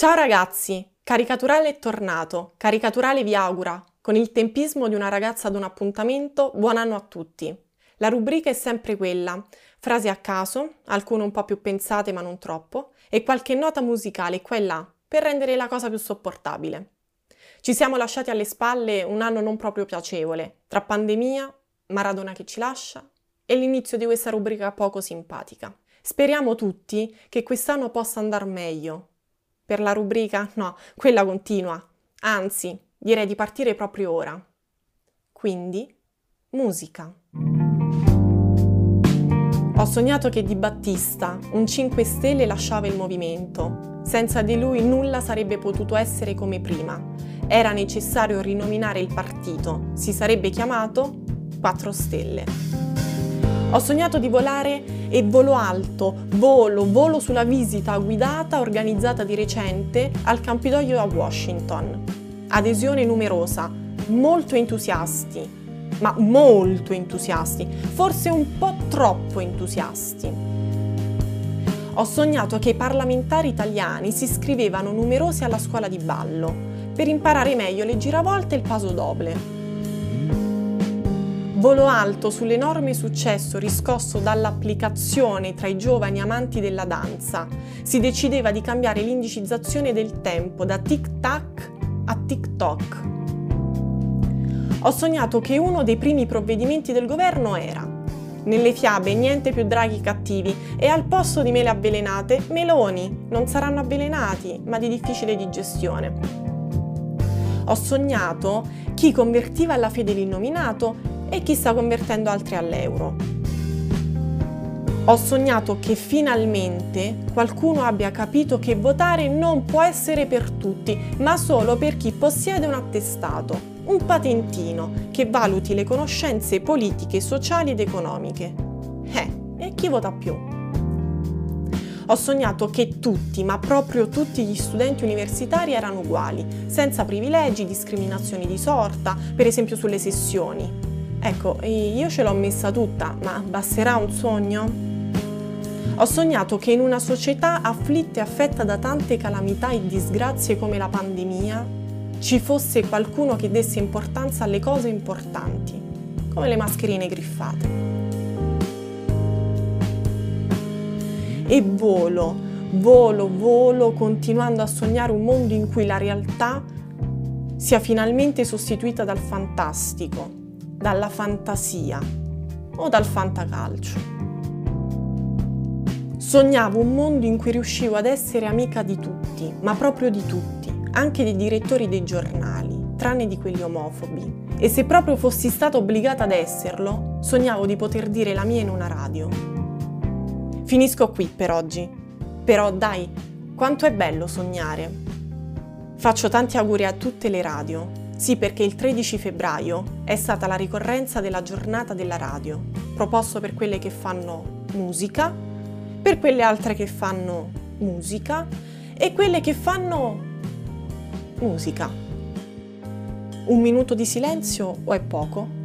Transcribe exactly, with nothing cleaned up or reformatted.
Ciao ragazzi, Caricaturale è tornato. Caricaturale vi augura, con il tempismo di una ragazza ad un appuntamento, buon anno a tutti. La rubrica è sempre quella, frasi a caso, alcune un po' più pensate ma non troppo, e qualche nota musicale qua e là, per rendere la cosa più sopportabile. Ci siamo lasciati alle spalle un anno non proprio piacevole, tra pandemia, Maradona che ci lascia e l'inizio di questa rubrica poco simpatica. Speriamo tutti che quest'anno possa andar meglio. Per la rubrica? No, quella continua. Anzi, direi di partire proprio ora. Quindi, musica. Ho sognato che Di Battista, un cinque Stelle, lasciava il movimento. Senza di lui nulla sarebbe potuto essere come prima. Era necessario rinominare il partito. Si sarebbe chiamato quattro Stelle. Ho sognato di volare e volo alto, volo, volo sulla visita guidata organizzata di recente al Campidoglio a Washington. Adesione numerosa, molto entusiasti, ma molto entusiasti, forse un po' troppo entusiasti. Ho sognato che i parlamentari italiani si iscrivevano numerosi alla scuola di ballo per imparare meglio le giravolte e il paso doble. Volo alto sull'enorme successo riscosso dall'applicazione tra i giovani amanti della danza. Si decideva di cambiare l'indicizzazione del tempo da tic-tac a tic-toc. Ho sognato che uno dei primi provvedimenti del governo era: nelle fiabe niente più draghi cattivi e al posto di mele avvelenate, meloni. Non saranno avvelenati, ma di difficile digestione. Ho sognato chi convertiva alla fede l'innominato e chi sta convertendo altri all'euro. Ho sognato che finalmente qualcuno abbia capito che votare non può essere per tutti, ma solo per chi possiede un attestato, un patentino che valuti le conoscenze politiche, sociali ed economiche. Eh, e chi vota più? Ho sognato che tutti, ma proprio tutti gli studenti universitari erano uguali, senza privilegi, discriminazioni di sorta, per esempio sulle sessioni. Ecco, io ce l'ho messa tutta, ma basterà un sogno? Ho sognato che in una società afflitta e affetta da tante calamità e disgrazie come la pandemia, ci fosse qualcuno che desse importanza alle cose importanti, come le mascherine griffate. E volo, volo, volo, continuando a sognare un mondo in cui la realtà sia finalmente sostituita dal fantastico, dalla fantasia o dal fantacalcio. Sognavo un mondo in cui riuscivo ad essere amica di tutti, ma proprio di tutti, anche dei direttori dei giornali, tranne di quelli omofobi. E se proprio fossi stata obbligata ad esserlo, sognavo di poter dire la mia in una radio. Finisco qui per oggi, però dai, quanto è bello sognare. Faccio tanti auguri a tutte le radio. Sì, perché il tredici febbraio è stata la ricorrenza della giornata della radio, proposto per quelle che fanno musica, per quelle altre che fanno musica e quelle che fanno musica. Un minuto di silenzio o è poco?